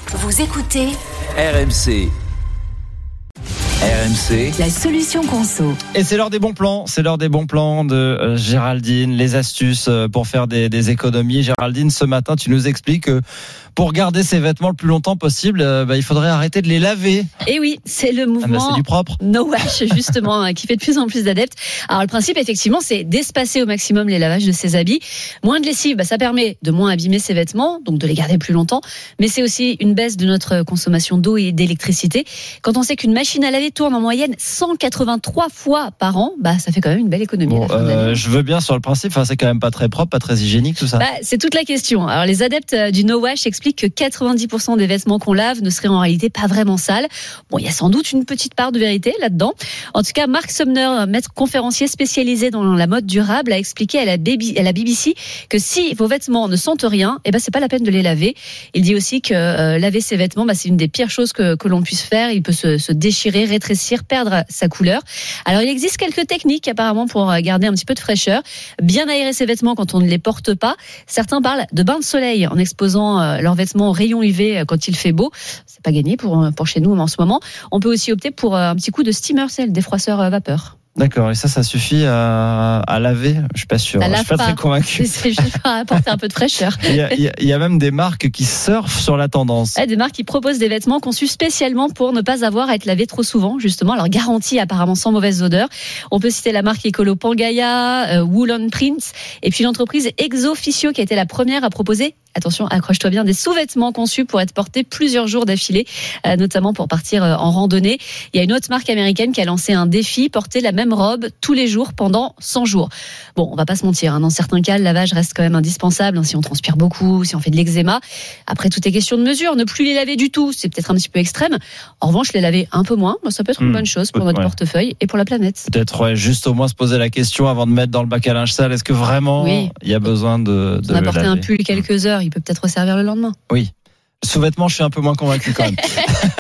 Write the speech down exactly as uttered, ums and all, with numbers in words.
Vous écoutez R M C. R M C, la solution conso. Et c'est l'heure des bons plans, c'est l'heure des bons plans de euh, Géraldine, les astuces euh, pour faire des, des économies. Géraldine, ce matin, tu nous expliques que pour garder ses vêtements le plus longtemps possible, euh, bah, il faudrait arrêter de les laver. Et oui, c'est le mouvement ah bah, c'est du propre. No Wash, justement, qui fait de plus en plus d'adeptes. Alors le principe, effectivement, c'est d'espacer au maximum les lavages de ses habits. Moins de lessive, bah, ça permet de moins abîmer ses vêtements, donc de les garder plus longtemps. Mais c'est aussi une baisse de notre consommation d'eau et d'électricité. Quand on sait qu'une machine à laver tourne en moyenne cent quatre-vingt-trois fois par an, bah ça fait quand même une belle économie. Bon, à la fin de euh, l'année. je veux bien sur le principe, enfin, c'est quand même pas très propre, pas très hygiénique tout ça. Bah, c'est toute la question. Alors les adeptes du No Wash expliquent que quatre-vingt-dix pour cent des vêtements qu'on lave ne seraient en réalité pas vraiment sales. Bon, il y a sans doute une petite part de vérité là-dedans. En tout cas, Mark Sumner, maître conférencier spécialisé dans la mode durable, a expliqué à la, baby, à la B B C que si vos vêtements ne sentent rien, eh ben c'est pas la peine de les laver. Il dit aussi que euh, laver ses vêtements, bah, c'est une des pires choses que, que l'on puisse faire. Il peut se, se déchirer, rétrécir, perdre sa couleur. Alors il existe quelques techniques apparemment pour garder un petit peu de fraîcheur. Bien aérer ses vêtements quand on ne les porte pas. Certains parlent de bain de soleil en exposant euh, leurs vêtements aux rayons U V quand il fait beau. C'est pas gagné pour, pour chez nous en ce moment. On peut aussi opter pour un petit coup de steamer, c'est le défroisseur euh, vapeur. D'accord, et ça, ça suffit à, à laver? Je suis pas sûr. Ça Je suis pas, pas très convaincu. C'est juste pour apporter un peu de fraîcheur. Il y, a, il, y a, il y a même des marques qui surfent sur la tendance. Ouais, des marques qui proposent des vêtements conçus spécialement pour ne pas avoir à être lavés trop souvent, justement. Alors garantie apparemment sans mauvaise odeur. On peut citer la marque écolo Pangaia, euh, Woolen Prints, et puis l'entreprise Exofficio qui a été la première à proposer, attention, accroche-toi bien, des sous-vêtements conçus pour être portés plusieurs jours d'affilée, euh, notamment pour partir euh, en randonnée. Il y a une autre marque américaine qui a lancé un défi, porter la même robe tous les jours pendant cent jours. Bon, on va pas se mentir, hein, dans certains cas, le lavage reste quand même indispensable, hein, si on transpire beaucoup, si on fait de l'eczéma. Après, tout est question de mesure. Ne plus les laver du tout, c'est peut-être un petit peu extrême. En revanche, les laver un peu moins, ça peut être une mmh, bonne chose pour notre ouais. portefeuille et pour la planète. Peut-être, ouais, juste au moins se poser la question avant de mettre dans le bac à linge sale, est-ce que vraiment oui. il y a besoin de, de on a porté laver. un pull quelques heures, il peut peut-être servir le lendemain. Oui. Le sous-vêtement, je suis un peu moins convaincu quand même.